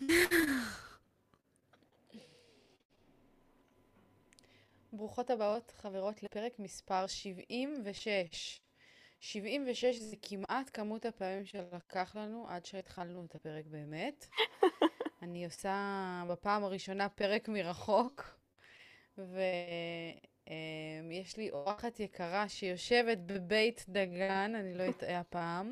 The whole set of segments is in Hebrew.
ברוכות הבאות, חברות, לפרק מספר 76. 76 זה כמעט כמות הפעמים שלקח לנו עד שהתחלנו את הפרק באמת. אני עושה בפעם הראשונה פרק מרחוק, ויש לי אורחת יקרה שיושבת בבית דגן, אני לא אטעה הפעם.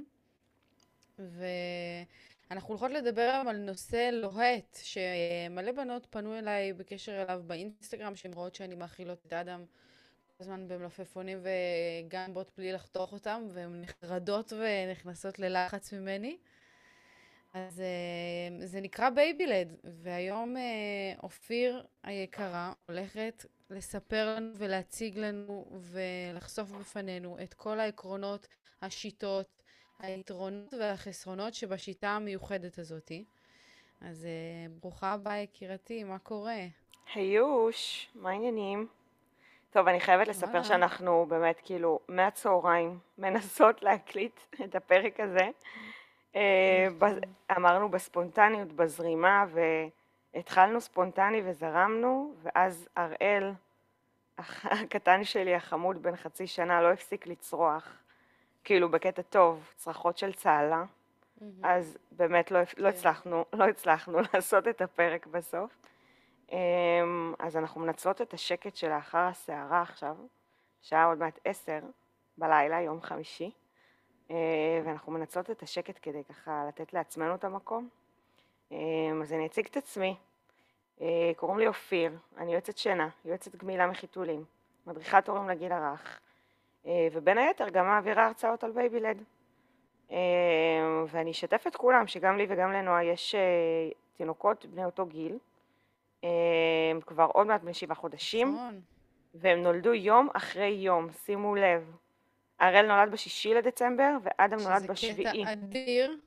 ואנחנו הולכות לדבר היום על נושא לוהט, שמלא בנות פנו אליי בקשר אליו באינסטגרם, שהן רואות שאני מאכילות את אדם כל הזמן במלפפונים וגמבות בלי לחתוך אותם, והן נחרדות ונכנסות ללחץ ממני. אז זה נקרא בייבילד, והיום אופיר היקרה הולכת לספר לנו ולהציג לנו ולחשוף בפנינו את כל העקרונות, השיטות, היתרונות והחסרונות שבשיטה המיוחדת הזאת. אז ברוכה הבאה יקירתי, מה קורה? היוש, מה העניינים? טוב, אני חייבת לספר וואלה. שאנחנו באמת כאילו מהצהריים מנסות להקליט את הפרק הזה. נכון. אמרנו בספונטניות, בזרימה, והתחלנו ספונטני וזרמנו, ואז הראל, הקטן שלי, החמוד בן חצי שנה, לא הפסיק לצרוח, כאילו בקטע טוב, צרחות של צהלה. אז באמת כן. לא הצלחנו לעשות את הפרק בסוף. אז אנחנו מנצלות את השקט שלאחר הסערה עכשיו, שעה עוד מעט 10 בלילה, יום חמישי, ואנחנו מנצלות את השקט כדי ככה לתת לעצמנו את המקום. אז אני אציג את עצמי. קוראים לי אופיר, אני יועצת שינה, יועצת גמילה מחיתולים, מדריכת הורים לגיל הרך, ובין היתר גם מעבירה הרצאות על בייבילד. ואני אשתף את כולם שגם לי וגם לנועה יש תינוקות בני אותו גיל, הם כבר עוד מעט בני 7 חודשים, נכון. והם נולדו יום אחרי יום, שימו לב. הראל נולד ב6 לדצמבר, ואדם נולד שזה קטע ב7. אדיר.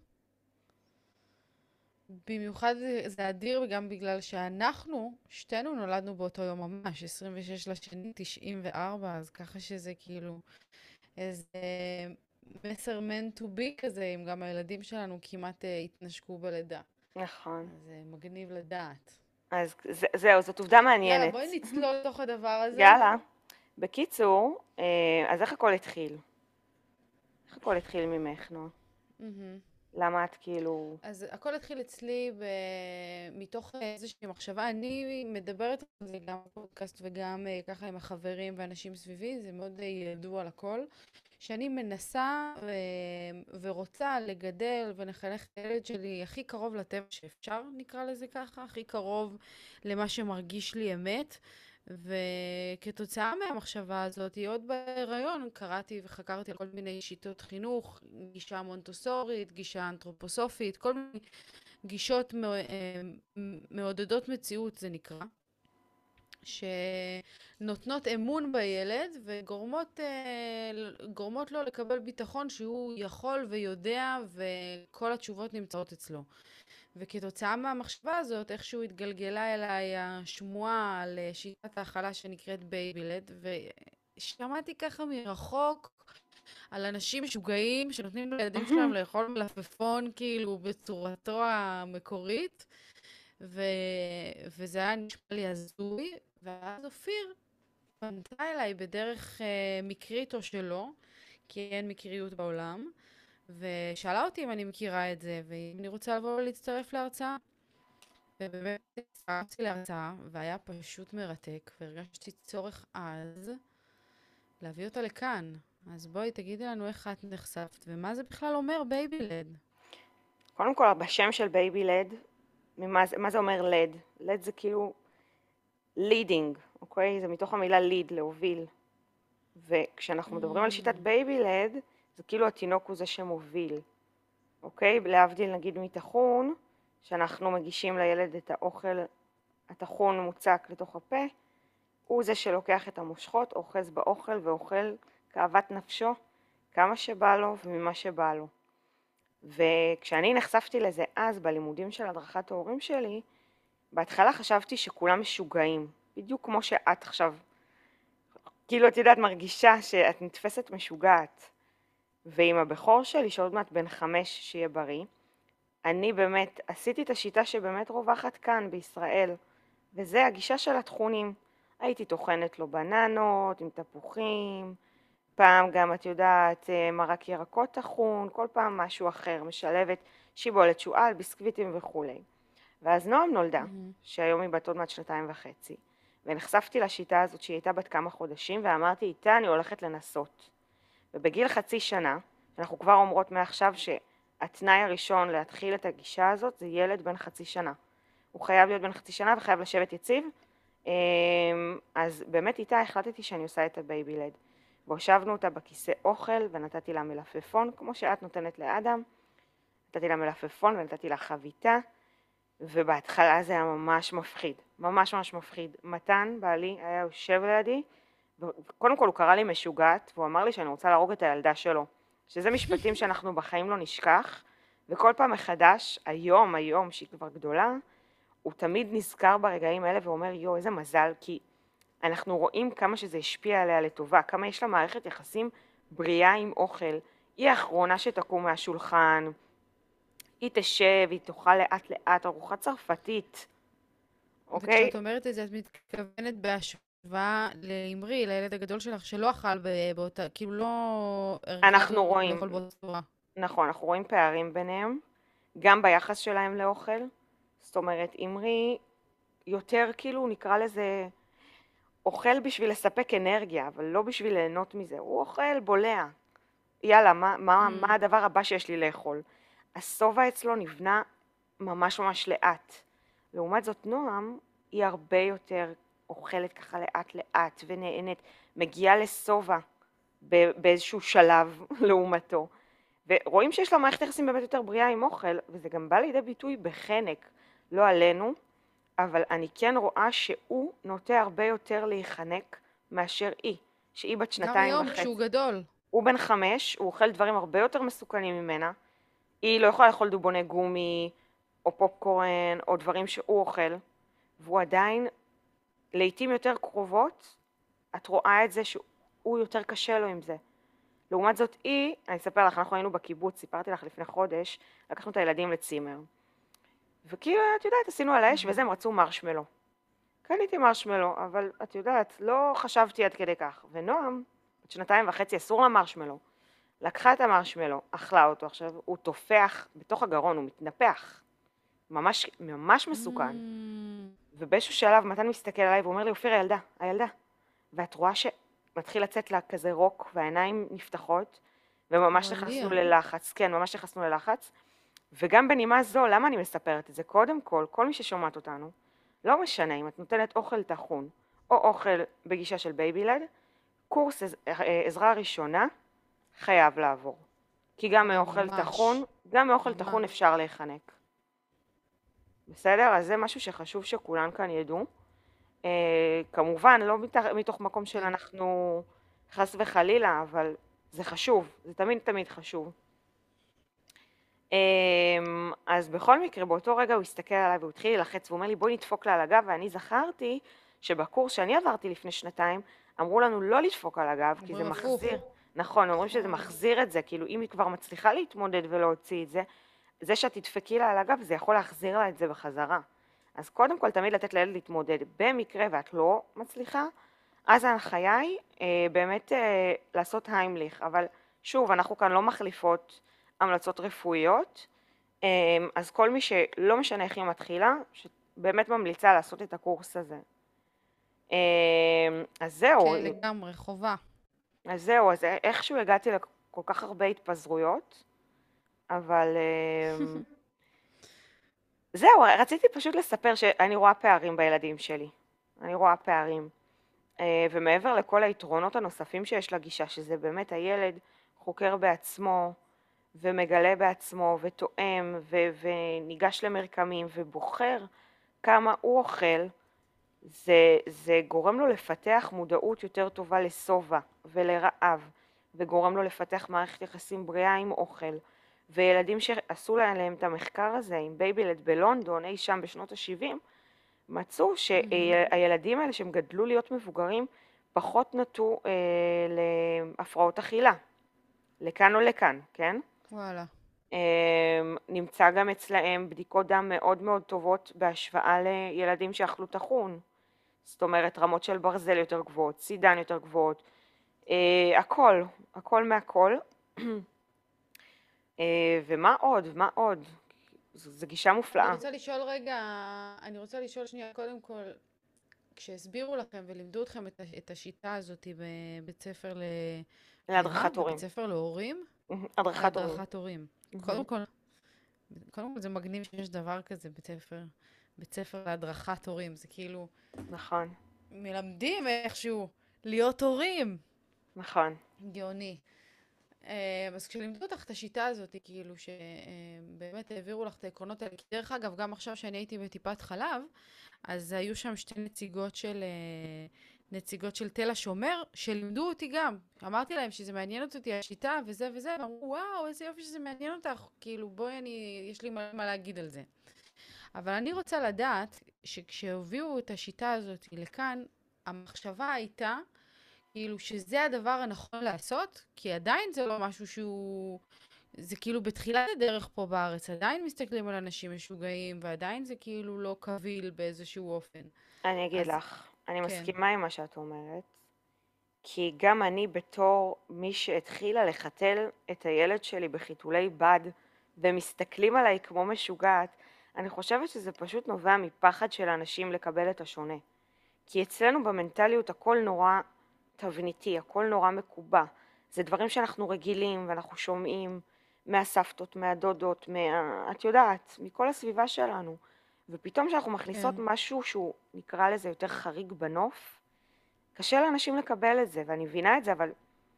במיוחד זה אדיר גם בגלל שאנחנו, שתינו נולדנו באותו יום ממש, 26 לשני, 94, אז ככה שזה כאילו איזה מסר man to be כזה, אם גם הילדים שלנו כמעט התנשקו בלידה. נכון. אז מגניב לדעת. אז זהו, זאת עובדה יאללה, מעניינת. בואי נצלול לתוך הדבר הזה. יאללה. בקיצור, אז איך הכל התחיל? איך הכל התחיל ממך, נועה? מהמם. למה את כאילו... אז הכל התחיל אצלי מתוך איזושהי מחשבה. אני מדברת על זה גם בפודקאסט וגם ככה עם החברים ואנשים סביבי, זה מאוד ידוע על הכל, שאני מנסה ורוצה לגדל ולחנך את הילד שלי הכי קרוב לטבע שאפשר, נקרא לזה ככה, הכי קרוב למה שמרגיש לי אמת. וכתוצאה מהמחשבה הזאת, עוד בהיריון קראתי וחקרתי על כל מיני שיטות חינוך, גישה מונטוסורית, גישה אנתרופוסופית, כל מיני גישות מעודדות מציאות זה נקרא, שנותנות אמון בילד וגורמות לו לקבל ביטחון שהוא יכול ויודע וכל התשובות נמצאות אצלו. וכתוצאה מהמחשבה הזאת, איכשהו התגלגלה אליי השמועה על שיטת ההאכלה שנקראת בייבילד, ושמעתי ככה מרחוק על אנשים משוגעים שנותנים לילדים שלהם לאכול מלפפון כאילו בצורתו המקורית, ו... וזה היה נשמע לי הזוי, ואז אופיר פנתה אליי בדרך מקרית או שלא, כי אין מקריות בעולם, ושאלה אותי אם אני מכירה את זה, ואם אני רוצה לבוא ולהצטרף להרצאה. ובאמת הצטרפתי להרצאה, והיה פשוט מרתק, והרגשתי צורך עז להביא אותה לכאן. אז בואי תגידי לנו איך את נחשפת, ומה זה בכלל אומר בייבילד? קודם כל, בשם של בייבילד, מה זה אומר לד? לד זה כאילו leading, אוקיי? זה מתוך המילה lead, להוביל. וכשאנחנו מדברים על שיטת בייבילד, זה כאילו התינוק הוא זה שמוביל, אוקיי? להבדיל נגיד מתחון, שאנחנו מגישים לילד את האוכל, התחון מוצק לתוך הפה, הוא זה שלוקח את המושכות, אוחז באוכל ואוכל כאוות נפשו, כמה שבא לו וממה שבא לו. וכשאני נחשפתי לזה אז בלימודים של הדרכת ההורים שלי, בהתחלה חשבתי שכולם משוגעים, בדיוק כמו שאת עכשיו, כאילו את יודעת מרגישה שאת נתפסת משוגעת. ועם הבכור שלי שעוד מעט בן 5 שיהיה בריא, אני באמת עשיתי את השיטה שבאמת רווחת כאן בישראל, וזה הגישה של התכונים. הייתי טוחנת לו בננות עם תפוחים, פעם גם את יודעת מרק ירקות טחון, כל פעם משהו אחר, משלבת שיבולת שועל, ביסקוויטים וכולי. ואז נועם נולדה, מהמם. שהיום היא בת עוד מעט 2.5, ונחשפתי לשיטה הזאת שהיא הייתה בת כמה חודשים, ואמרתי איתה אני הולכת לנסות. ובגיל חצי שנה, אנחנו כבר אומרות מעכשיו שהתנאי הראשון להתחיל את הגישה הזאת זה ילד בן חצי שנה. הוא חייב להיות בן חצי שנה וחייב לשבת יציב. אז באמת איתה החלטתי שאני עושה את הבייבי לד. והושבנו אותה בכיסא אוכל ונתתי לה מלפפון, כמו שאת נותנת לאדם. נתתי לה מלפפון ונתתי לה חביתה, ובהתחלה זה היה ממש מפחיד, ממש ממש מפחיד. מתן, בעלי, היה יושב לידי, וקודם כל הוא קרא לי משוגעת, והוא אמר לי שאני רוצה להרוג את הילדה שלו, שזה משפטים שאנחנו בחיים לא נשכח, וכל פעם מחדש, היום שהיא כבר גדולה, הוא תמיד נזכר ברגעים האלה ואומר, יו, איזה מזל, כי אנחנו רואים כמה שזה השפיע עליה לטובה, כמה יש לה מערכת יחסים בריאה עם אוכל. היא האחרונה שתקום מהשולחן, היא תשב, היא תאכל לאט לאט ארוחת צרפתית, אוקיי? וכשאת אומרת את זה, את מתכוונת בהשוואה לאמרי, לילד הגדול שלך, שלא אכל באותה, כאילו לא הרגלת אנחנו אותו רואים, לאכול באותה צורה. נכון, אנחנו רואים פערים ביניהם, גם ביחס שלהם לאוכל. זאת אומרת, אמרי יותר כאילו נקרא לזה אוכל בשביל לספק אנרגיה, אבל לא בשביל ליהנות מזה. הוא אוכל בולע. יאללה, מה הדבר הבא שיש לי לאכול? הסובה אצלו נבנה ממש ממש לאט. לעומת זאת נועם היא הרבה יותר אוכלת ככה לאט לאט ונהנית, מגיעה לסובה באיזשהו שלב לעומתו. ורואים שיש לה מערכת יחסים באמת יותר בריאה עם אוכל, וזה גם בא לידי ביטוי בחנק, לא עלינו, אבל אני כן רואה שהוא נוטה הרבה יותר להיחנק מאשר היא, שהיא בת גם 2.5. היום, כשהוא גדול. הוא בן 5, הוא אוכל דברים הרבה יותר מסוכנים ממנה, היא לא יכולה לאכול דובוני גומי, או פופקורן, או דברים שהוא אוכל, והוא עדיין, לעתים יותר קרובות, את רואה את זה שהוא יותר קשה לו עם זה. לעומת זאת אני אספר לך, אנחנו היינו בקיבוץ, סיפרתי לך לפני חודש, לקחנו את הילדים לצימר. וכאילו, את יודעת, עשינו על האש וזה, הם רצו מרשמלו. קניתי מרשמלו, אבל את יודעת, לא חשבתי עד כדי כך. ונועם, בת 2.5, אסור לה מרשמלו. לקחה את המרשמלו, אכלה אותו, עכשיו הוא תופח בתוך הגרון, הוא מתנפח. ממש, ממש מסוכן. ובאיזשהו שלב מתן מסתכל עליי ואומר לי, אופיר, הילדה. ואת רואה שמתחיל לצאת לה כזה רוק והעיניים נפתחות, וממש נכנסנו ללחץ. כן, ממש נכנסנו ללחץ. וגם בנימה זו, למה אני מספרת את זה? קודם כל מי ששומעת אותנו, לא משנה אם את נותנת אוכל טחון, או אוכל בגישה של בייבי לד, קורס עזרה ראשונה חייב לעבור. כי גם מאוכל טחון אפשר להיחנק. בסדר? אז זה משהו שחשוב שכולן כאן ידעו. כמובן, לא מתוך מקום של אנחנו חס וחלילה, אבל זה חשוב, זה תמיד חשוב. אז בכל מקרה, באותו רגע הוא הסתכל עליי והוא התחיל ללחץ, והוא אומר לי, בואי נדפוק לה על הגב, ואני זכרתי שבקורס שאני עברתי לפני 2 אמרו לנו לא לדפוק על הגב, כי זה מחזיר. נכון, אומרים שזה מחזיר את זה, כאילו אם היא כבר מצליחה להתמודד ולהוציא את זה, זה שאת תדפקי לה על הגב, זה יכול להחזיר לה את זה בחזרה. אז קודם כל תמיד לתת לילד להתמודד. במקרה ואת לא מצליחה, אז ההנחיה היא באמת לעשות היימליך, אבל שוב, אנחנו כאן לא מחליפות המלצות רפואיות, אז כל מי שלא משנה איך היא מתחילה, שבאמת ממליצה לעשות את הקורס הזה. אז זהו. כן, לגמרי, חובה. אז זהו, אז איכשהו הגעתי לכל כך הרבה התפזרויות, אבל זהו, רציתי פשוט לספר שאני רואה פערים בילדים שלי. אני רואה פערים. ומעבר לכל היתרונות הנוספים שיש לגישה, שזה באמת הילד חוקר בעצמו, ומגלה בעצמו, ותואם, וניגש למרקמים, ובוחר כמה הוא אוכל, זה גורם לו לפתח מודעות יותר טובה לסובה ולרעב, וגורם לו לפתח מערכת יחסים בריאה עם אוכל. וילדים שעשו להם את המחקר הזה עם בייבי לד בלונדון, אי שם בשנות ה-70, מצאו שהילדים האלה שהם גדלו להיות מבוגרים, פחות נטו להפרעות אכילה. לכאן או לכאן, כן? וואלה. נמצא גם אצלהם בדיקות דם מאוד מאוד טובות בהשוואה לילדים שאכלו טחון. זאת אומרת, רמות של ברזל יותר גבוהות, סידן יותר גבוהות, הכל, הכל מהכל. ומה עוד? מה עוד? זו גישה אני מופלאה. רוצה לשאול רגע, אני רוצה לשאול שנייה, קודם כל, כשהסבירו לכם ולימדו אתכם את השיטה הזאת בבית ספר למה? להדרכת בבית הורים. ספר להורים? הדרכת הורים. להדרכת הורים. מהמם. קודם כל זה מגניב שיש דבר כזה בית ספר להדרכת הורים. זה כאילו נכון, מלמדים איכשהו להיות הורים. נכון. גאוני. אז כשלימדו אותך את השיטה הזאת, כאילו שבאמת העבירו לך את העקרונות האלה, כי דרך אגב, גם עכשיו שאני הייתי בטיפת חלב, אז היו שם שתי נציגות של תל השומר, שלימדו אותי גם. אמרתי להם שזה מעניין אותי השיטה וזה וזה, ואמרו, וואו, איזה יופי שזה מעניין אותך, כאילו בואי יש לי מה להגיד על זה. אבל אני רוצה לדעת שכשהביאו את השיטה הזאת לכאן, המחשבה הייתה, כאילו שזה הדבר הנכון לעשות, כי עדיין זה לא משהו זה כאילו בתחילת הדרך פה בארץ, עדיין מסתכלים על אנשים משוגעים, ועדיין זה כאילו לא קביל באיזשהו אופן. אני אגיד אז לך, אני כן, מסכימה עם מה שאת אומרת, כי גם אני בתור מי שהתחילה לחתל את הילד שלי בחיתולי בד, ומסתכלים עליי כמו משוגעת, אני חושבת שזה פשוט נובע מפחד של אנשים לקבל את השונה. כי אצלנו במנטליות הכל נורא תבניתי, הכל נורא מקובע. זה דברים שאנחנו רגילים ואנחנו שומעים מהסבתות, מהדודות, את יודעת, מכל הסביבה שלנו. ופתאום כשאנחנו מכניסות כן, משהו שהוא נקרא לזה יותר חריג בנוף, קשה לאנשים לקבל את זה, ואני מבינה את זה, אבל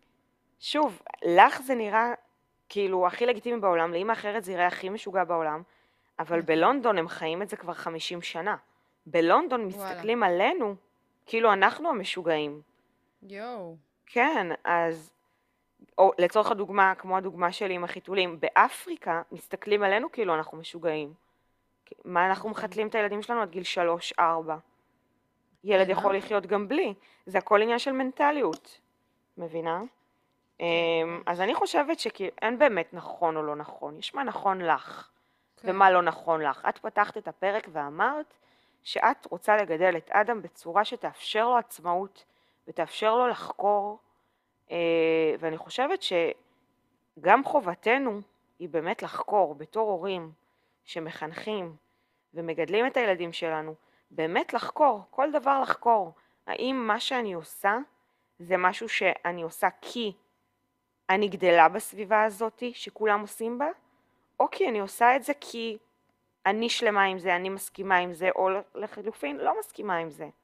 שוב, לך זה נראה כאילו הכי לגיטימי בעולם, לאמא אחרת זה יראה הכי משוגע בעולם, אבל נכון. בלונדון הם חיים את זה כבר 50 שנה. בלונדון וואלה. מסתכלים עלינו כאילו אנחנו המשוגעים. יואו. כן, אז, או לצורך הדוגמה, כמו הדוגמה שלי עם החיתולים, באפריקה מסתכלים עלינו כאילו אנחנו משוגעים. מה אנחנו נכון. מחתלים את הילדים שלנו עד גיל 3-4? ילד כן, אה? יכול לחיות גם בלי. זה הכל עניין של מנטליות. מבינה? כן, אז ממש. אני חושבת שאין באמת נכון או לא נכון. יש מה נכון לך כן. ומה לא נכון לך. את פתחת את הפרק ואמרת שאת רוצה לגדל את אדם בצורה שתאפשר לו עצמאות ותאפשר לו לחקור, ואני חושבת שגם חובתנו היא באמת לחקור בתור הורים שמחנכים ומגדלים את הילדים שלנו, באמת לחקור, כל דבר לחקור. האם מה שאני עושה זה משהו שאני עושה כי אני גדלה בסביבה הזאת שכולם עושים בה, או כי אני עושה את זה כי אני שלמה עם זה, אני מסכימה עם זה, או לחלופין לא מסכימה עם זה.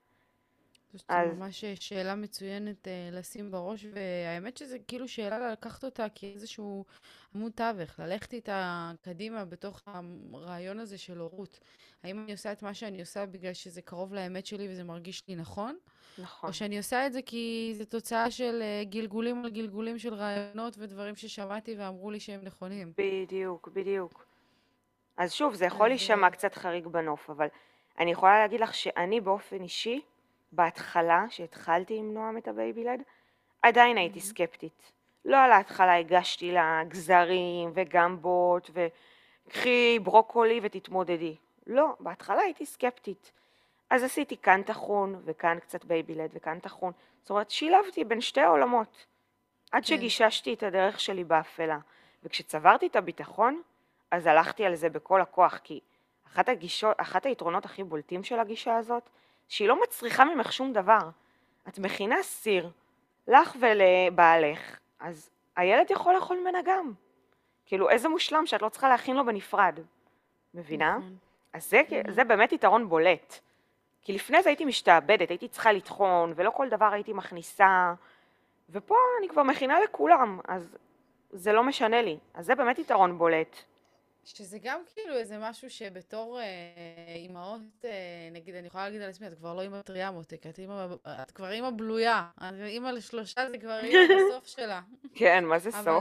זו אז ממש שאלה מצוינת לשים בראש, והאמת שזה כאילו שאלה לקחת אותה כאיזשהו עמוד תווך, ללכת איתה קדימה בתוך הרעיון הזה של הורות. האם אני עושה את מה שאני עושה בגלל שזה קרוב לאמת שלי וזה מרגיש לי נכון? או נכון, שאני עושה את זה כי זה תוצאה של גלגולים על גלגולים של רעיונות ודברים ששמעתי ואמרו לי שהם נכונים. בדיוק, בדיוק. אז שוב, זה יכול אז להישמע קצת חריג בנוף, אבל אני יכולה להגיד לך שאני באופן אישי, בהתחלה, שהתחלתי עם נועם את הבייבילד, עדיין הייתי מהמם. סקפטית. לא על ההתחלה הגשתי לה גזרים וגמבות וקחי ברוקולי ותתמודדי. לא, בהתחלה הייתי סקפטית. אז עשיתי כאן טחון וכאן קצת בייבילד וכאן טחון. זאת אומרת, שילבתי בין שתי העולמות. עד כן, שגיששתי את הדרך שלי באפלה. וכשצברתי את הביטחון, אז הלכתי על זה בכל הכוח, כי אחת היתרונות הכי בולטים של הגישה הזאת, שהיא לא מצריכה ממך שום דבר. את מכינה סיר, לך ולבעלך, אז הילד יכול לאכול ממנה גם. כאילו, איזה מושלם שאת לא צריכה להכין לו בנפרד. מבינה? נכון. אז זה באמת יתרון בולט. כי לפני זה הייתי משתעבדת, הייתי צריכה לטחון, ולא כל דבר הייתי מכניסה, ופה אני כבר מכינה לכולם, אז זה לא משנה לי. אז זה באמת יתרון בולט. שזה גם כאילו איזה משהו שבתור אימהות, נגיד, אני יכולה להגיד על עצמי, את כבר לא אימא טריה מותק, את כבר אימא בלויה. אימא לשלושה זה כבר אימא בסוף שלה. כן, מה זה אבל, סוף?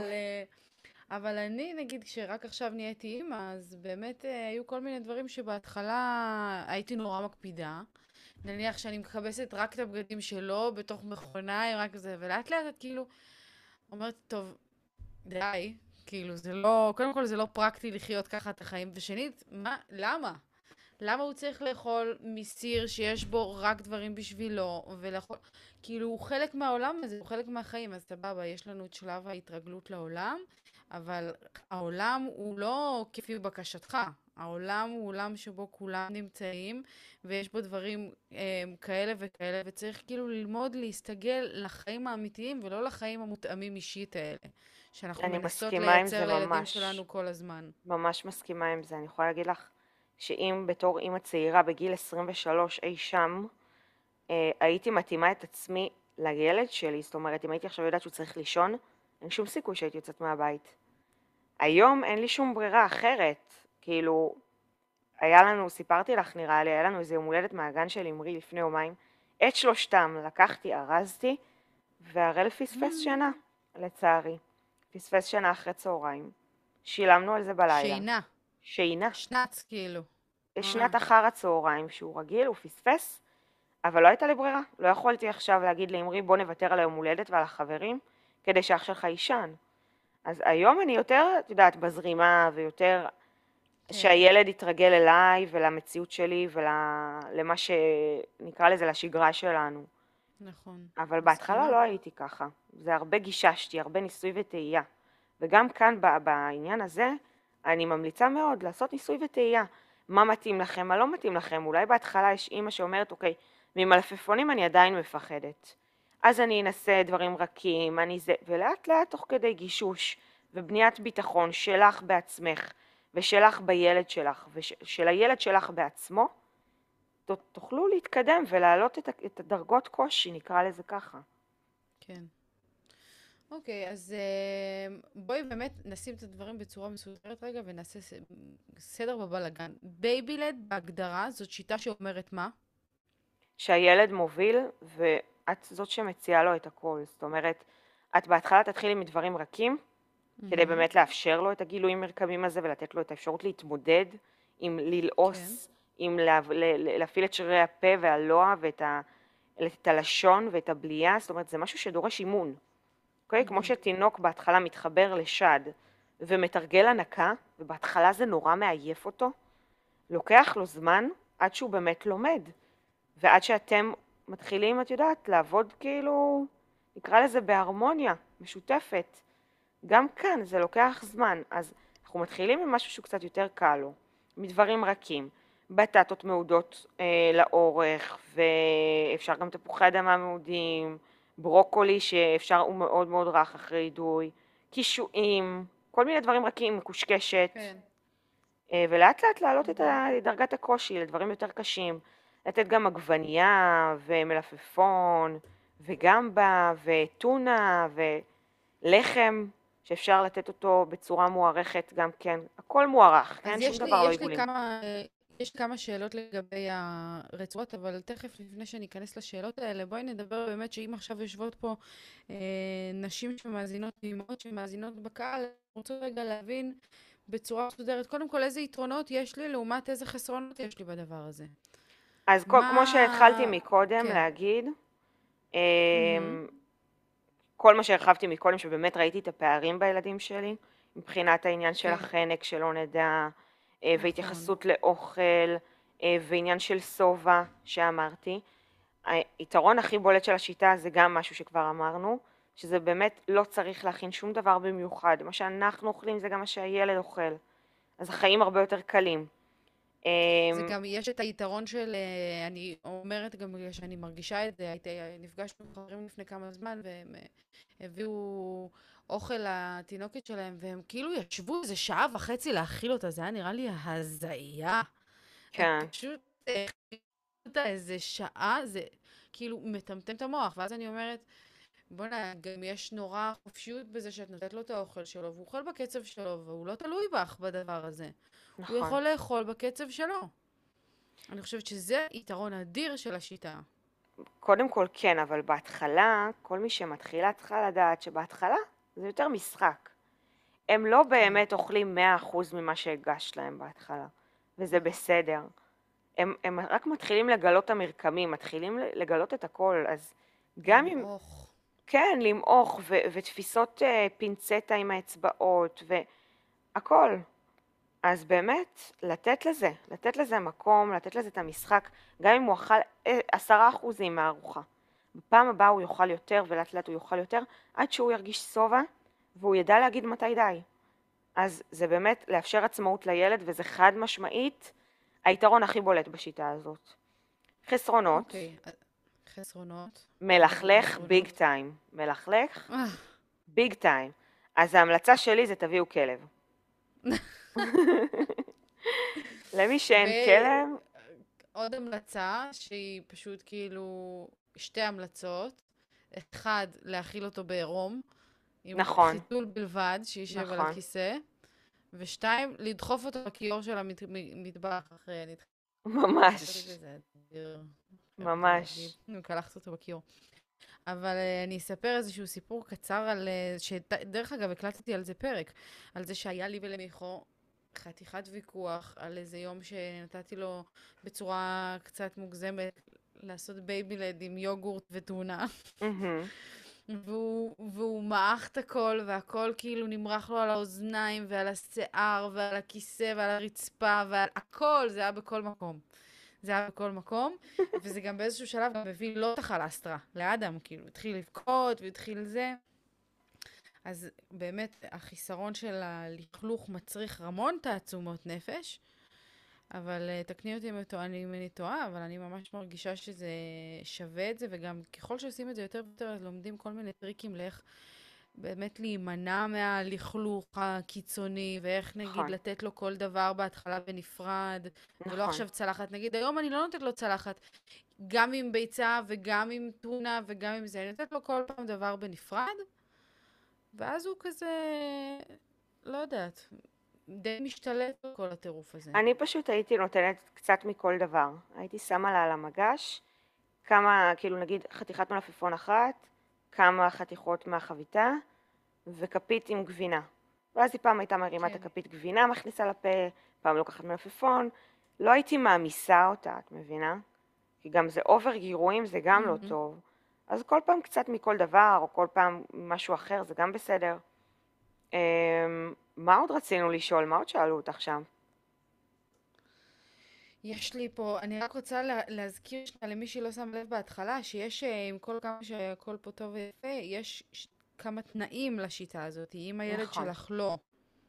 אבל אני, נגיד, כשרק עכשיו נהייתי אימא, אז באמת היו כל מיני דברים שבהתחלה הייתי נורא מקפידה. נניח שאני מכבסת רק את הבגדים שלו בתוך מכונה, רק זה, ולאט לאט את כאילו אומרת, טוב, די. כאילו, זה לא, קודם כל זה לא פרקטי לחיות ככה את החיים, ושנית, למה? למה הוא צריך לאכול מסיר שיש בו רק דברים בשבילו, ולאכול, כאילו, הוא חלק מהעולם הזה, הוא חלק מהחיים, אז סבבה, יש לנו את שלב ההתרגלות לעולם, אבל העולם הוא לא כפי בקשתך. העולם הוא עולם שבו כולם נמצאים, ויש בו דברים כאלה וכאלה, וצריך כאילו ללמוד להסתגל לחיים האמיתיים, ולא לחיים המותאמים אישית האלה, שאנחנו אני מנסות מסכימה עם זה לייצר לילדים ממש, שלנו כל הזמן. ממש מסכימה עם זה. אני יכולה להגיד לך שאם בתור אימא צעירה בגיל 23 אי שם, הייתי מתאימה את עצמי לילד שלי, זאת אומרת, אם הייתי עכשיו יודעת שהוא צריך לישון, אין שום סיכוי שהייתי יוצאת מהבית. היום אין לי שום ברירה אחרת. כאילו, היה לנו, סיפרתי לך נראה לי, היה לנו איזה יום הולדת מהגן של אמרי לפני יומיים. את שלושתם לקחתי, ארזתי, והראל פספס שינה, לצערי. פספס שינה אחרי צהריים. שילמנו על זה בלילה. שינה, שינה. שנץ כאילו. שנת אחר הצהריים שהוא רגיל, הוא פספס, אבל לא הייתה לי ברירה. לא יכולתי עכשיו להגיד לאמרי בוא נוותר על היום הולדת ועל החברים, כדי שאח שלך יישן. אז היום אני יותר, את יודעת, בזרימה ויותר כן, שהילד יתרגל אליי ולמציאות שלי ולמה שנקרא לזה, לשגרה שלנו. נכון. אבל בהתחלה מסכימה. לא הייתי ככה. זה הרבה גיששתי, הרבה ניסוי וטעייה. וגם כאן בעניין הזה, אני ממליצה מאוד לעשות ניסוי וטעייה. מה מתאים לכם, מה לא מתאים לכם. אולי בהתחלה יש אימא שאומרת, אוקיי, ממלפפונים אני עדיין מפחדת. אז אני אנסה דברים רכים, ולאט לאט תוך כדי גישוש ובניית ביטחון שלך בעצמך, ושלך בילד שלך, ושל הילד שלך בעצמו, תוכלו להתקדם ולהעלות את הדרגות קושי, נקרא לזה ככה. כן. אוקיי, אז בואי באמת נשים את הדברים בצורה מסודרת רגע ונעשה סדר בבלגן. בייבילד בהגדרה זאת שיטה שאומרת מה? שהילד מוביל ואת זאת שמציעה לו את הכל. זאת אומרת, את בהתחלה תתחילי מדברים רכים, כדי מהמם. באמת לאפשר לו את הגילויים מרקמים הזה ולתת לו את האפשרות להתמודד עם כן. ללעוס, עם להפעיל את שרירי הפה והלוע את הלשון ואת הבליעה. זאת אומרת, זה משהו שדורש אימון. אוקיי? כמו מהמם. שתינוק בהתחלה מתחבר לשד ומתרגל הנקה, ובהתחלה זה נורא מעייף אותו, לוקח לו זמן עד שהוא באמת לומד, ועד שאתם מתחילים, את יודעת, לעבוד כאילו, נקרא לזה בהרמוניה משותפת. גם כאן זה לוקח זמן, אז אנחנו מתחילים עם משהו שהוא קצת יותר קל לו, מדברים רכים, בטטות מעודות לאורך, ואפשר גם תפוחי אדמה מעודים, ברוקולי שאפשר, הוא מאוד מאוד רך אחרי אידוי, קישואים, כל מיני דברים רכים, מקושקשת, כן. ולאט לאט להעלות את דרגת הקושי לדברים יותר קשים, לתת גם עגבנייה ומלפפון וגמבה וטונה ולחם שאפשר לתת אותו בצורה מוערכת גם כן, הכל מוערך, אז כן? שום דבר לא יש לי עיגולים. יש לי כמה שאלות לגבי הרצועות, אבל תכף לפני שאני אכנס לשאלות האלה, בואי נדבר באמת שאם עכשיו יושבות פה נשים שמאזינות, אמהות שמאזינות בקהל, רוצות רגע להבין בצורה מסודרת, קודם כל איזה יתרונות יש לי לעומת איזה חסרונות יש לי בדבר הזה. אז כמו שהתחלתי מה... מקודם כן. להגיד, מהמם. כל מה שהרחבתי מקודם, שבאמת ראיתי את הפערים בילדים שלי, מבחינת העניין של כן, החנק שלא נדע, נכון. והתייחסות לאוכל, ועניין של סובה שאמרתי. היתרון הכי בולט של השיטה זה גם משהו שכבר אמרנו, שזה באמת לא צריך להכין שום דבר במיוחד. מה שאנחנו אוכלים זה גם מה שהילד אוכל. אז החיים הרבה יותר קלים. זה גם, יש את היתרון של, אני אומרת גם בגלל שאני מרגישה את זה, נפגשנו עם חברים לפני כמה זמן, והם הביאו אוכל לתינוקת שלהם, והם כאילו ישבו איזה שעה וחצי להאכיל אותה, זה היה נראה לי הזיה. הם כן, פשוט האכילו אותה איזה שעה, זה כאילו מטמטם את המוח, ואז אני אומרת, בוא'נה, גם יש נורא חופשיות בזה שאת נותנת לו את האוכל שלו, והוא אוכל בקצב שלו, והוא לא תלוי בך בדבר הזה. הוא נכון. יכול לאכול בקצב שלו. אני חושבת שזה יתרון אדיר של השיטה. קודם כל כן, אבל בהתחלה, כל מי שמתחילה צריכה לדעת שבהתחלה זה יותר משחק. הם לא כן, באמת אוכלים 100% ממה שהגשת להם בהתחלה, וזה בסדר. הם רק מתחילים לגלות את המרקמים, מתחילים לגלות את הכל, אז גם כן, אם, אוך. כן, למעוך ותפיסות פינצטה עם האצבעות והכל. אז באמת, לתת לזה מקום, לתת לזה את המשחק, גם אם הוא אכל 10% מהארוחה. בפעם הבאה הוא יאכל יותר ולאט לאט הוא יאכל יותר, עד שהוא ירגיש שובע והוא ידע להגיד מתי די. אז זה באמת לאפשר עצמאות לילד, וזה חד משמעית היתרון הכי בולט בשיטה הזאת. חסרונות, אוקיי, חסרונות. מה עוד מלכלך ביג חסרונות? טיים. מלכלך אה, ביג טיים. אז ההמלצה שלי זה תביאו כלב. למי שאין כלב, ועוד המלצה שהיא פשוט כאילו שתי המלצות. אחד, להאכיל אותו בעירום, עם נכון, חיתול בלבד, שישב על נכון, הכיסא. ושתיים, לדחוף אותו לכיור של המטבח אחרי לעשות את ממש, זה, זה אדיר. חייבת להגיד. ממש. אני קלחת אותו בכיור. אבל אני אספר איזשהו סיפור קצר על... שדרך אגב, הקלטתי על זה פרק. על זה שהיה לי ולמיכו חתיכת ויכוח על איזה יום שנתתי לו בצורה קצת מוגזמת לעשות בייבילד עם יוגורט וטונה. מהמם. והוא מעך את הכל, והכל כאילו נמרח לו על האוזניים ועל השיער ועל הכיסא ועל הרצפה ועל הכל, זה היה בכל מקום. זה היה בכל מקום, וזה גם באיזשהו שלב גם הביא לא את החלסטרה, לאדם, כאילו, התחיל לבכות והתחיל זה. אז באמת, החיסרון של הלכלוך מצריך המון תעצומות נפש, אבל תקני אותי אם אני טועה, אבל אני ממש מרגישה שזה שווה את זה, וגם ככל שעושים את זה יותר ויותר, אז לומדים כל מיני טריקים לאיך באמת להימנע מהלכלוך הקיצוני, ואיך נגיד נכון, לתת לו כל דבר בהתחלה בנפרד, ולא נכון. עכשיו צלחת. נגיד, היום אני לא נותנת לו צלחת, גם עם ביצה וגם עם טונה וגם עם זה, אני נותנת לו כל פעם דבר בנפרד, ואז הוא כזה, לא יודעת, די משתלט על כל הטירוף הזה. אני פשוט הייתי נותנת קצת מכל דבר. הייתי שמה לה על המגש כמה, כאילו נגיד חתיכת מלפפון אחת, כמה חתיכות מהחביתה וכפית עם גבינה. ואז היא פעם הייתה מרימה את כן. הכפית גבינה, מכניסה לפה, פעם לוקחת מלפפון. לא הייתי מעמיסה אותה, את מבינה? כי גם זה אובר גירויים, זה גם לא מהמם. טוב. אז כל פעם קצת מכל דבר, או כל פעם משהו אחר, זה גם בסדר. מה עוד רצינו לשאול? מה עוד שאלו אותך שם? יש לי פה, אני רק רוצה להזכיר למי שלא שם לב בהתחלה, שיש, עם כל כמה שהכל פה טוב ויפה, יש כמה תנאים לשיטה הזאת. אם הילד נכון. שלך לא,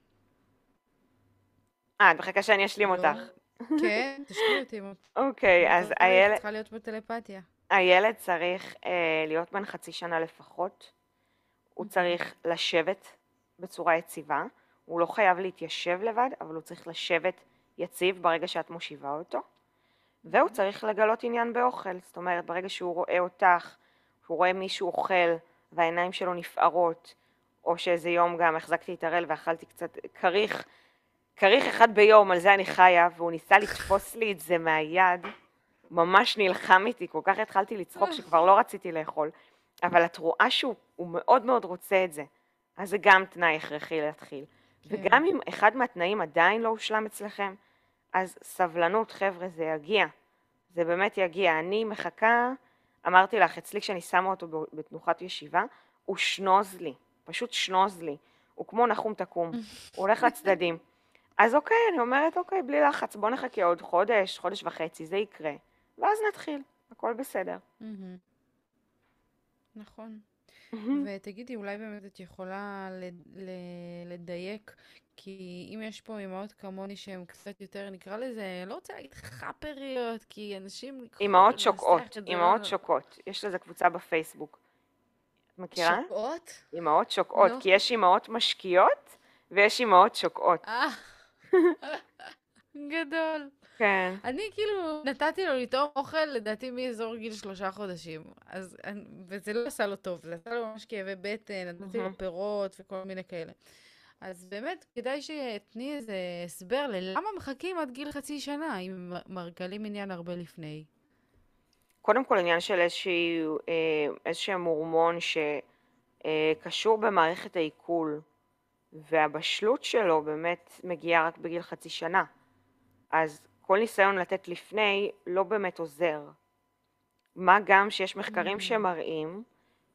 את מחכה שאני אשלים לא, אותך. כן, תשאלי אותי, אוקיי, אז יותר צריך, צריכה להיות פה טלפתיה. הילד צריך להיות בן חצי שנה לפחות. הוא מהמם. צריך לשבת בצורה יציבה. הוא לא חייב להתיישב לבד, אבל הוא צריך לשבת יציב ברגע שאת מושיבה אותו. והוא צריך לגלות עניין באוכל. זאת אומרת, ברגע שהוא רואה אותך, שהוא רואה מישהו אוכל והעיניים שלו נפערות, או שאיזה יום גם החזקתי את הראל ואכלתי קצת כריך אחד ביום, על זה אני חיה, והוא ניסה לתפוס לי את זה מהיד, ממש נלחם איתי, כל כך התחלתי לצחוק שכבר לא רציתי לאכול, אבל את רואה שהוא מאוד מאוד רוצה את זה, אז זה גם תנאי הכרחי להתחיל. כן. וגם אם אחד מהתנאים עדיין לא הושלם אצלכם, אז סבלנות חבר'ה, זה יגיע, זה באמת יגיע. אני מחכה, אמרתי לך, אצלי כשאני שמה אותו בתנוחת ישיבה, הוא שנוז לי, פשוט שנוז לי, הוא כמו נחום תקום, הוא הולך לצדדים. אז אוקיי, אני אומרת, אוקיי, בלי לחץ, בוא נחכה עוד חודש, חודש וחצי, זה יקרה. ואז נתחיל, הכל בסדר. מהמם. נכון. ותגידי, אולי באמת את יכולה לדייק, כי אם יש פה אמהות כמוני שהן קצת יותר, נקרא לזה, לא רוצה להגיד חאפריות, כי אנשים ייקחו אמהות לנסח שוקעות, את זה, אמהות לא... שוקעות. יש לזה קבוצה בפייסבוק. את מכירה? שוקעות? אמהות שוקעות, לא. כי יש אמהות משקיעות ויש אמהות שוקעות. אה, גדול. כן. אני כאילו נתתי לו לטעום אוכל, לדעתי מאזור גיל 3 חודשים. וזה לא עשה לו טוב, זה עשה לו ממש כאבי בטן, נתתי לו פירות וכל מיני כאלה. אז באמת, כדאי שתני איזה הסבר ללמה מחכים עד גיל חצי שנה, אם מרגלים עניין הרבה לפני. קודם כל עניין של איזשהו הורמון שקשור במערכת העיכול, והבשלות שלו באמת מגיעה רק בגיל חצי שנה. אז כל ניסיון לתת לפני לא באמת עוזר. מה גם שיש מחקרים שמראים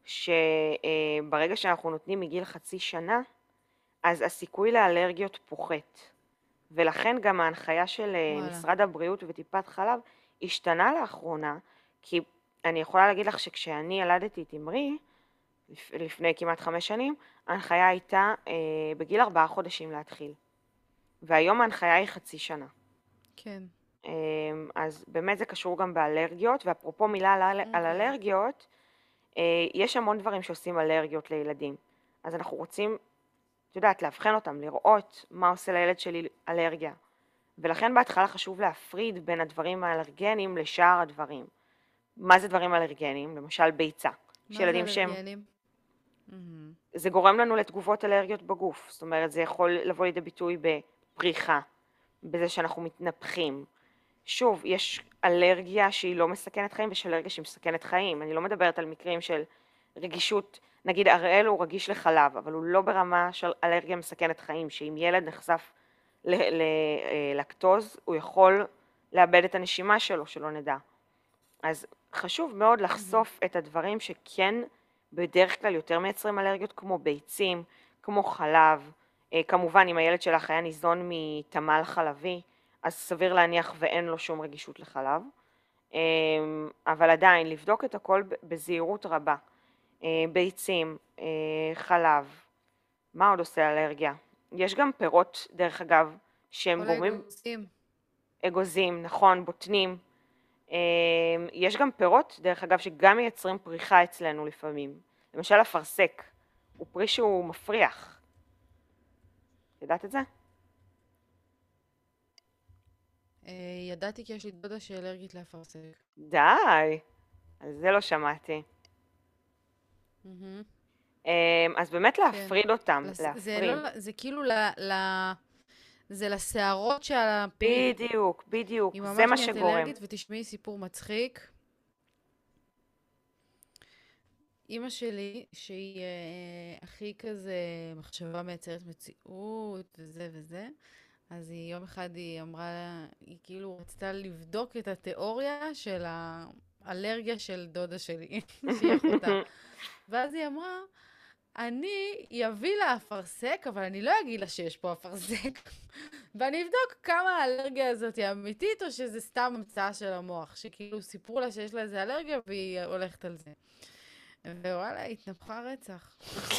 שברגע שאנחנו נותנים מגיל חצי שנה, אז הסיכוי לאלרגיות פוחת. ולכן גם ההנחיה של וואלה. משרד הבריאות וטיפת חלב השתנה לאחרונה, כי אני יכולה להגיד לך שכשאני ילדתי את אמרי, לפני כמעט 5 שנים, ההנחיה הייתה בגיל 4 חודשים להתחיל. והיום ההנחיה היא חצי שנה. כן. אז באמת זה קשור גם באלרגיות, ואפרופו מילה על אלרגיות, יש המון דברים שעושים אלרגיות לילדים. אז אנחנו רוצים, את יודעת, להבחן אותם, לראות מה עושה לילד שלי אלרגיה. ולכן בהתחלה חשוב להפריד בין הדברים האלרגנים לשאר הדברים. מה זה דברים אלרגנים? למשל ביצה. מה זה אלרגנים? זה גורם לנו לתגובות אלרגיות בגוף. זאת אומרת, זה יכול לבוא לידי ביטוי בפריחה, בזה שאנחנו מתנפחים. שוב, יש אלרגיה שהיא לא מסכנת חיים ויש אלרגיה שהיא מסכנת חיים. אני לא מדברת על מקרים של רגישות, נגיד הראל הוא רגיש לחלב, אבל הוא לא ברמה של אלרגיה מסכנת חיים, שאם ילד נחשף ללקטוז, הוא יכול לאבד את הנשימה שלו, שלא נדע. אז חשוב מאוד לחשוף את הדברים שכן בדרך כלל יותר מייצרים אלרגיות, כמו ביצים, כמו חלב. כמובן, אם הילד שלך היה ניזון מתמל חלבי, אז סביר להניח ואין לו שום רגישות לחלב. אבל עדיין, לבדוק את הכל בזהירות רבה. ביצים, חלב, מה עוד עושה אלרגיה? יש גם פירות, דרך אגב, שהם גורמים... אגוזים, נכון, בוטנים. יש גם פירות, דרך אגב, שגם מייצרים פריחה אצלנו לפעמים. למשל אפרסק, הוא פרי שהוא מפריח. ידעת את זה? ידעתי כי יש לי דודה שאלרגית לאפרסק. די, על זה לא שמעתי. אז באמת להפריד אותם, להפריד. זה כאילו זה לשערות שעל הפרי. בדיוק, בדיוק, זה מה שגורם. היא ממש נהיית אלרגית, ותשמעי סיפור מצחיק. אמא שלי, שהיא הכי כזה מחשבה מייצרת מציאות וזה וזה, אז יום אחד היא אמרה, היא כאילו רצתה לבדוק את התיאוריה של האלרגיה של דודה שלי, שהיא אחותה. ואז היא אמרה, אני אביא לה אפרסק, אבל אני לא אגיד לה שיש פה אפרסק, ואני אבדוק כמה האלרגיה הזאת היא אמיתית, או שזה סתם המצאה של המוח, שכאילו סיפרו לה שיש לה איזה אלרגיה, והיא הולכת על זה. ווואלה, התנפחה רצח.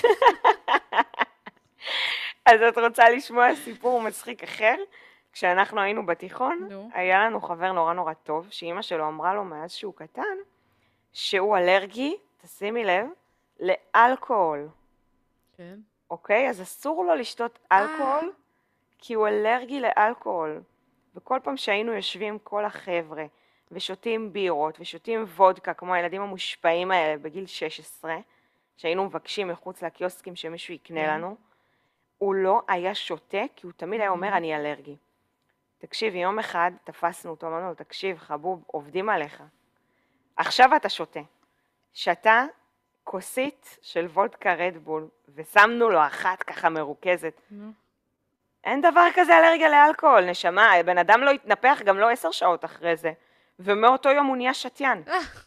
אז את רוצה לשמוע סיפור מצחיק אחר? כשאנחנו היינו בתיכון, היה לנו חבר נורא נורא טוב, שאמא שלו אמרה לו מאז שהוא קטן, שהוא אלרגי, תשימי לב, לאלכוהול. כן. אוקיי? אז אסור לו לשתות אלכוהול, כי הוא אלרגי לאלכוהול. וכל פעם שהיינו יושבים כל החבר'ה, ושותים בירות, ושותים וודקה, כמו הילדים המושפעים האלה בגיל 16, שהיינו מבקשים מחוץ לקיוסקים שמישהו יקנה לנו, הוא לא היה שותה, כי הוא תמיד היה אומר, אני אלרגי. תקשיב, יום אחד תפסנו אותו, אמרנו לו, תקשיב, חבוב, עובדים עליך. עכשיו אתה שותה. שתה כוסית של וודקה רדבול, ושמנו לו אחת ככה מרוכזת. אין דבר כזה אלרגיה לאלכוהול, נשמה, בן אדם לא יתנפח גם לא 10 שעות אחרי זה. ומאותו יום הוא נהיה שתיין.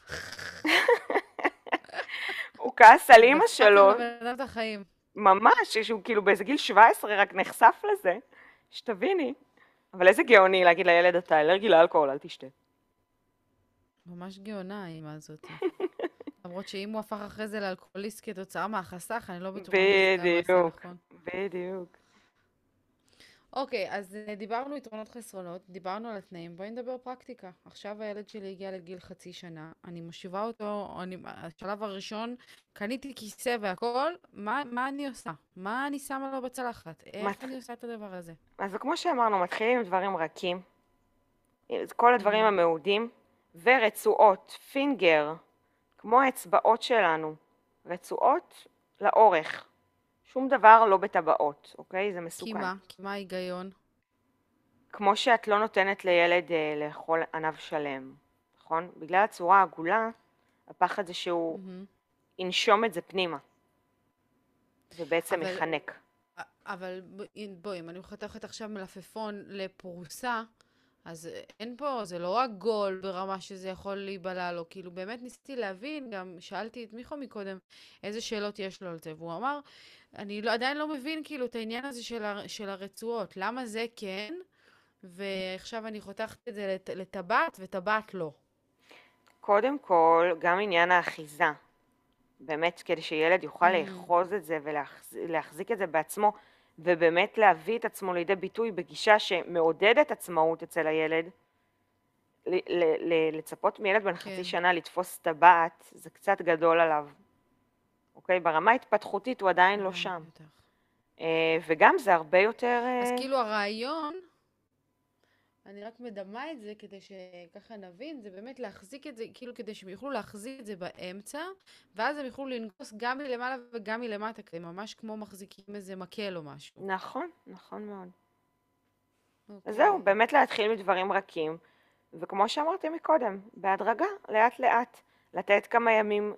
הוא כעס על אמא שלו. ממש, שהוא כאילו באיזה גיל 17 רק נחשף לזה, שתביני. אבל איזה גאוני להגיד לילד, אתה אלרגי לאלכוהול, אל תשתה. ממש גאונה, האמא הזאת. למרות שאם הוא הפך אחרי זה לאלכוהוליסט כתוצאה מהחסך, אני לא בטוחה. בדיוק, בדיוק. אוקיי, אז דיברנו יתרונות חסרונות, דיברנו על התנאים, בואי נדבר פרקטיקה. עכשיו הילד שלי הגיע לגיל חצי שנה, אני מושיבה אותו, השלב הראשון, קניתי כיסא והכל, מה אני עושה? מה אני שמה לו בצלחת? איך אני עושה את הדבר הזה? אז כמו שאמרנו, מתחילים עם דברים רכים, כל הדברים המעודים, ורצועות, פינגר, כמו האצבעות שלנו, רצועות לאורך. שום דבר לא בטבעות, אוקיי? זה מסוכן. כי מה ההיגיון? כמו שאת לא נותנת לילד לאכול ענב שלם, נכון? בגלל הצורה העגולה, הפחד זה שהוא ינשום את זה פנימה, ובעצם יחנק. אבל בואי, אם אני חותכת עכשיו מלפפון לפרוסה, אז אין פה, זה לא רק גול ברמה שזה יכול להיבלע לו, כאילו באמת ניסיתי להבין, גם שאלתי את מיכו מקודם, איזה שאלות יש לו על זה, והוא אמר, אני לא, עדיין לא מבין כאילו את העניין הזה של הרצועות, למה זה כן, ועכשיו אני חותכת את זה לטבעת, וטבעת לא. קודם כל, גם עניין האחיזה. באמת, כדי שילד יוכל Mm, לאחוז את זה ולהחזיק את זה בעצמו, ובאמת להביא את עצמו לידי ביטוי בגישה שמעודדת עצמאות אצל הילד, לצפות מילד בן חצי כן. שנה לתפוס טבעת, זה קצת גדול עליו, אוקיי? ברמה התפתחותית הוא עדיין לא שם. הבנתי אותך. וגם זה הרבה יותר... אז כאילו הרעיון, אני רק מדמה את זה כדי שככה נבין, זה באמת להחזיק את זה, כאילו כדי שהם יוכלו להחזיק את זה באמצע, ואז הם יוכלו לנגוס גם מלמעלה וגם מלמטה, כדי ממש כמו מחזיקים איזה מקל או משהו. נכון, נכון מאוד. אז זהו, אוקיי. באמת להתחיל מדברים רכים, וכמו שאמרתי מקודם, בהדרגה, לאט לאט, לתת כמה ימים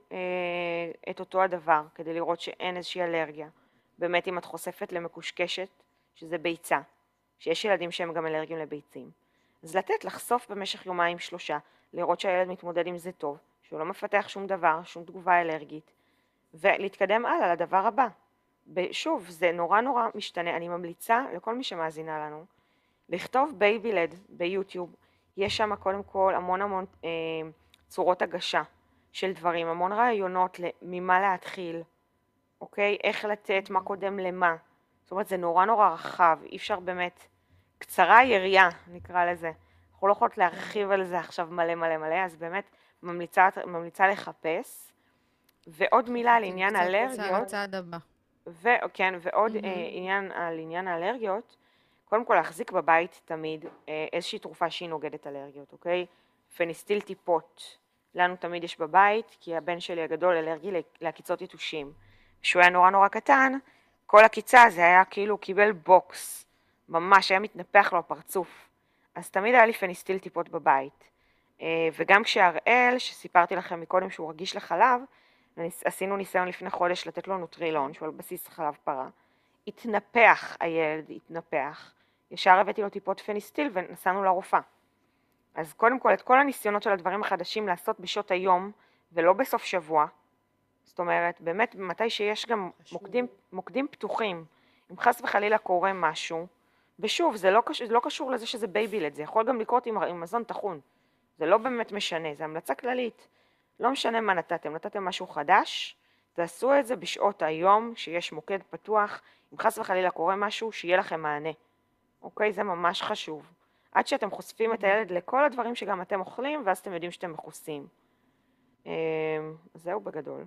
את אותו הדבר, כדי לראות שאין איזושהי אלרגיה. באמת אם את חושפת למקושקשת, שזה ביצה, שיש ילדים שהם גם אלרגיים לביצים, אז לתת לחשוף במשך יומיים שלושה, לראות שהילד מתמודד עם זה טוב, שהוא לא מפתח שום דבר, שום תגובה אלרגית, ולהתקדם הלאה לדבר הבא. שוב, זה נורא נורא משתנה, אני ממליצה לכל מי שמאזינה לנו, לכתוב בייבילד ביוטיוב, יש שם קודם כל המון המון צורות הגשה של דברים, המון רעיונות ממה להתחיל, אוקיי? איך לתת, מה קודם למה. זאת אומרת, זה נורא נורא רחב, אי אפשר באמת, קצרה יריעה נקרא לזה. אנחנו לא יכולות כן. להרחיב על זה עכשיו מלא מלא מלא, אז באמת ממליצה לחפש. ועוד מילה על חוטאים עניין קצת האלרגיות, לצעד הבא. וכן, ועוד מהמם. עניין האלרגיות, קודם כל להחזיק בבית תמיד איזושהי תרופה שהיא נוגדת אלרגיות, אוקיי? פניסטיל טיפות. לנו תמיד יש בבית, כי הבן שלי הגדול אלרגי לעקיצות יתושים. כשהוא היה נורא נורא קטן, כל עקיצה זה היה כאילו הוא קיבל בוקס. ממש היה מתנפח לו הפרצוף. אז תמיד היה לי פניסטיל טיפות בבית. וגם כשהראל, שסיפרתי לכם מקודם שהוא רגיש לחלב, עשינו ניסיון לפני חודש לתת לו כן. נוטרילון, שהוא על בסיס חלב פרה. התנפח הילד, התנפח. ישר הבאתי לו טיפות פניסטיל ונסענו לרופאה. אז קודם כל, את כל הניסיונות של הדברים החדשים לעשות בשעות היום, ולא בסוף שבוע. זאת אומרת, באמת, מתי שיש גם חשוב. מוקדים פתוחים, אם חס וחלילה קורה משהו, ושוב, זה לא קשור לזה שזה בייבילד, זה יכול גם לקרות עם מזון טחון. זה לא באמת משנה, זה המלצה כללית. לא משנה מה נתתם משהו חדש, תעשו את זה בשעות היום, שיש מוקד פתוח, אם חס וחלילה קורה משהו, שיהיה לכם מענה. אוקיי? זה ממש חשוב. עד שאתם חושפים את הילד לכל הדברים שגם אתם אוכלים, ואז אתם יודעים שאתם מכוסים. זהו בגדול.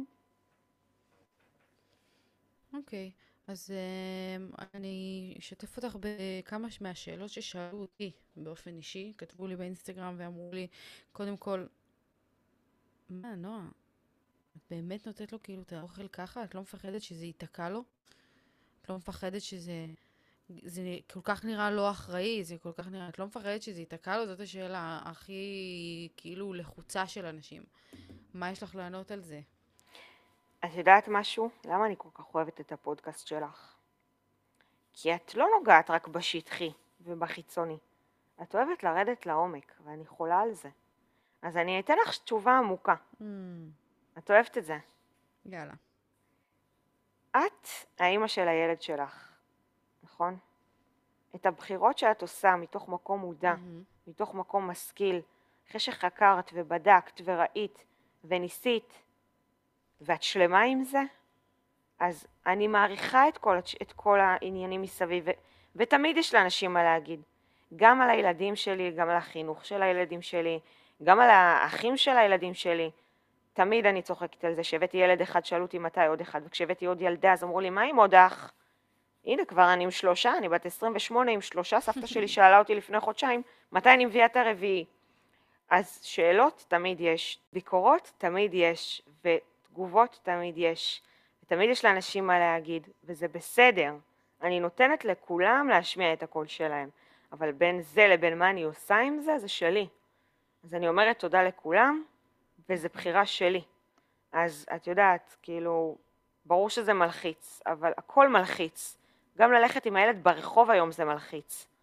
אוקיי, אז אני אשתף אותך בכמה מהשאלות ששאלו אותי באופן אישי, כתבו לי באינסטגרם ואמרו לי, קודם כל, מה, נועה, את באמת נותנת לו כאילו את האוכל ככה? את לא מפחדת שזה ייתקע לו? את לא מפחדת שזה... זה כל כך נראה לא אחראי, זה כל כך נראה... את לא מפחדת שזה ייתקע לו? זאת השאלה הכי כאילו לחוצה של אנשים. מה יש לך לענות על זה? את יודעת משהו? למה אני כל כך אוהבת את הפודקאסט שלך? כי את לא נוגעת רק בשטחי ובחיצוני. את אוהבת לרדת לעומק, ואני חולה על זה. אז אני אתן לך תשובה עמוקה. את אוהבת את זה. יאללה. את האמא של הילד שלך, נכון? את הבחירות שאת עושה מתוך מקום מודע, מתוך מקום משכיל, אחרי שחקרת ובדקת וראית וניסית, ואת שלמה עם זה, אז אני מעריכה את כל העניינים מסביב, ותמיד יש לאנשים מה להגיד. גם על הילדים שלי, גם על החינוך של הילדים שלי, גם על האחים של הילדים שלי. תמיד אני צוחקת על זה שהבאתי ילד אחד, שאלו אותי מתי עוד אחד, וכשהבאתי עוד ילדה אז אמרו לי, מה עם עוד אח? הנה כבר אני עם 3, אני בת 28 עם 3, סבתא שלי שאלה אותי לפני חודשיים, מתי אני מביאה את הרביעי? אז שאלות תמיד יש, ביקורות תמיד יש, ותגובות תמיד יש, ותמיד יש לאנשים מה להגיד, וזה בסדר. אני נותנת לכולם להשמיע את הקול שלהם, אבל בין זה לבין מה אני עושה עם זה, זה שלי. אז אני אומרת תודה לכולם, וזה בחירה שלי. אז את יודעת, כאילו, ברור שזה מלחיץ, אבל הכל מלחיץ. גם ללכת עם הילד ברחוב היום זה מלחיץ.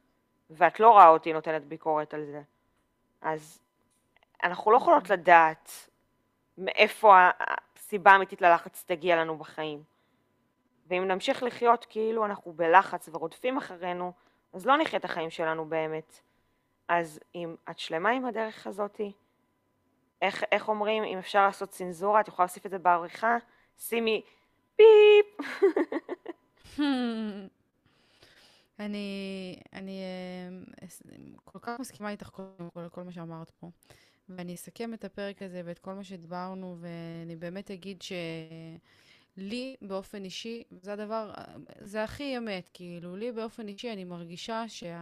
ואת לא רואה אותי נותנת ביקורת על זה. אז אנחנו לא יכולות נכון. לדעת מאיפה הסיבה האמיתית ללחץ תגיע לנו בחיים. ואם נמשיך לחיות כאילו אנחנו בלחץ ורודפים אחרינו, אז לא נחיה את החיים שלנו באמת. אז אם את שלמה עם הדרך הזאתי, איך אומרים, אם אפשר לעשות צנזורה, את יכולה להוסיף את זה בעריכה, שימי פיפ. אני כל כך מסכימה איתך כל מה שאמרת פה. ואני אסכם את הפרק הזה ואת כל מה שדיברנו, ואני באמת אגיד שלי באופן אישי, זה הדבר, זה הכי אמת, כאילו, לי באופן אישי אני מרגישה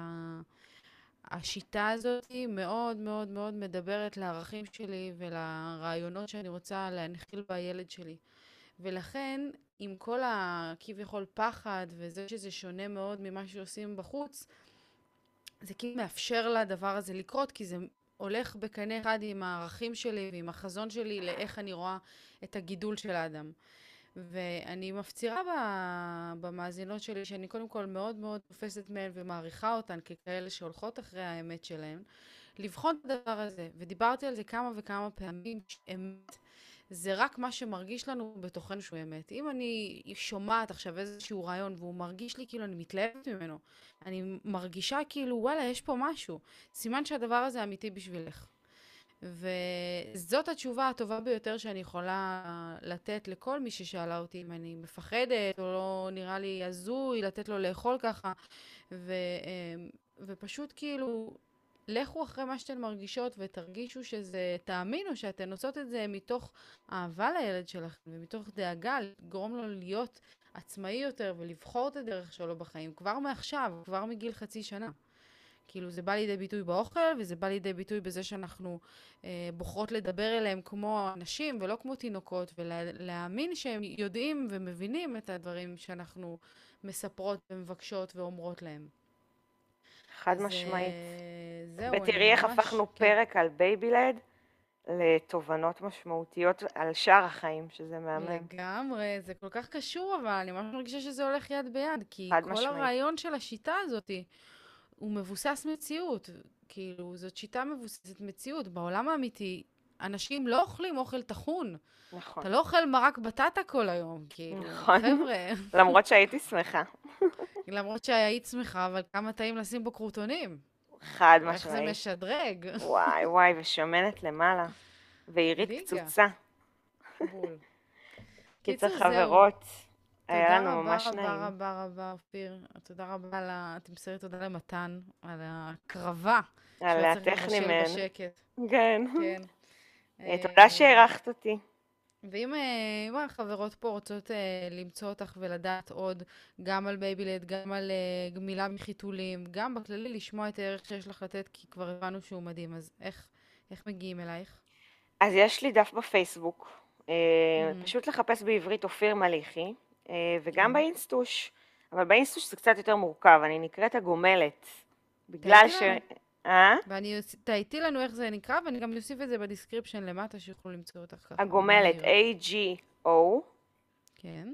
שהשיטה הזאת היא מאוד מאוד מאוד מדברת לערכים שלי ולרעיונות שאני רוצה להנחיל בילד שלי. ולכן, עם כל הכביכול פחד וזה שזה שונה מאוד ממה שעושים בחוץ, זה כאילו מאפשר לדבר הזה לקרות, כי זה הולך בקנה אחד עם הערכים שלי ועם החזון שלי לאיך אני רואה את הגידול של האדם. ואני מפצירה במאזינות שלי, שאני קודם כל מאוד מאוד תופסת מהן ומעריכה אותן ככאלה שהולכות אחרי האמת שלהן, לבחון את הדבר הזה. ודיברתי על זה כמה וכמה פעמים, שאמת זה רק מה שמרגיש לנו בתוכנו שהוא אמת. אם אני שומעת עכשיו איזשהו רעיון והוא מרגיש לי כאילו אני מתלהבת ממנו, אני מרגישה כאילו וואלה יש פה משהו, סימן שהדבר הזה אמיתי בשבילך. וזאת התשובה הטובה ביותר שאני יכולה לתת לכל מי ששאלה אותי אם אני מפחדת או לא נראה לי הזוי לתת לו לאכול ככה. ופשוט כאילו לכו אחרי מה שאתן מרגישות ותרגישו שזה, תאמינו שאתן עושות את זה מתוך אהבה לילד שלכם ומתוך דאגה לגרום לו להיות עצמאי יותר ולבחור את הדרך שלו בחיים כבר מעכשיו, כבר מגיל חצי שנה. כאילו זה בא לידי ביטוי באוכל וזה בא לידי ביטוי בזה שאנחנו בוחרות לדבר אליהם כמו אנשים ולא כמו תינוקות ולהאמין שהם יודעים ומבינים את הדברים שאנחנו מספרות ומבקשות ואומרות להם. חד אז משמעית. זהו, אני ותראי איך ממש, הפכנו כן, פרק על בייבילד לתובנות משמעותיות על שאר החיים, שזה מהמם. לגמרי, זה כל כך קשור, אבל אני ממש מרגישה שזה הולך יד ביד, כי חד כל משמעית. הרעיון של השיטה הזאת הוא מבוסס מציאות. כאילו, זאת שיטה מבוססת מציאות. בעולם האמיתי, אנשים לא אוכלים אוכל טחון. נכון. אתה לא אוכל מרק בטטה כל היום, כאילו, נכון. חבר'ה. למרות שהייתי שמחה. למרות שהיית שמחה, אבל כמה טעים לשים בו קרוטונים. חד איך זה משמעית. משדרג. וואי וואי, ושמנת למעלה. ועירית ליגה. קצוצה. בול. קיצר קיצור, זהו. חברות, היה תודה לנו רבה ממש רבה נעים. רבה רבה, אופיר. תודה רבה תמסרי תודה למתן, על ההקרבה על שהוא היה צריך הטכני לבשל מן. בשקט. כן. כן. תודה שהערכת אותי. ואם אם החברות פה רוצות למצוא אותך ולדעת עוד, גם על בייבילד, גם על גמילה מחיתולים, גם בכללי לשמוע את הערך שיש לך לתת, כי כבר הבנו שהוא מדהים, אז איך מגיעים אלייך? אז יש לי דף בפייסבוק, מהמם. פשוט לחפש בעברית אופיר מליחי, וגם כן. באינסטוש, אבל באינסטוש זה קצת יותר מורכב, אני נקראת הגומלת, בגלל תהייתי ש... לנו. אה? תהייתי לנו איך זה נקרא, ואני גם אוסיף את זה בדיסקריפשן למטה, שיוכלו למצוא אותך ככה הגומלת, במהיר. A-G-O-M-E-L, כן.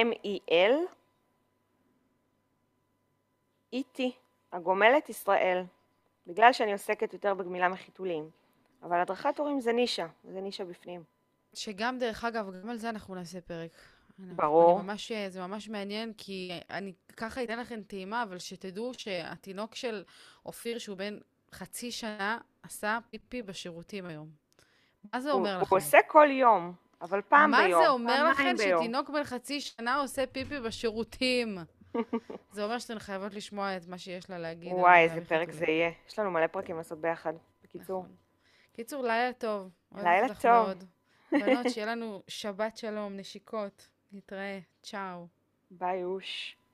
E-T, הגומלת ישראל, בגלל שאני עוסקת יותר בגמילה מחיתולים, אבל הדרכת הורים זה נישה בפנים. שגם, דרך אגב, גם על זה אנחנו נעשה פרק. ברור. זה ממש מעניין, כי אני ככה אתן לכם טעימה, אבל שתדעו שהתינוק של אופיר, שהוא בן חצי שנה, עשה פיפי בשירותים היום. מה זה אומר הוא לכם? עושה כל יום, אבל פעם מה ביום, זה אומר לכם פעמיים ביום. שתינוק בן חצי שנה עושה פיפי בשירותים? זה אומר שאתן חייבות לשמוע את מה שיש לה להגיד על וואי, גמילה איזה פרק זה מחיתולים. יהיה. יש לנו מלא פרקים לעשות ביחד. בקיצור, נכון. קיצור, לילה טוב. אוהבת לילה אותך טוב. מאוד. בנות, שיהיה לנו שבת שלום, נשיקות. נתראה. צ'או. ביי אוש.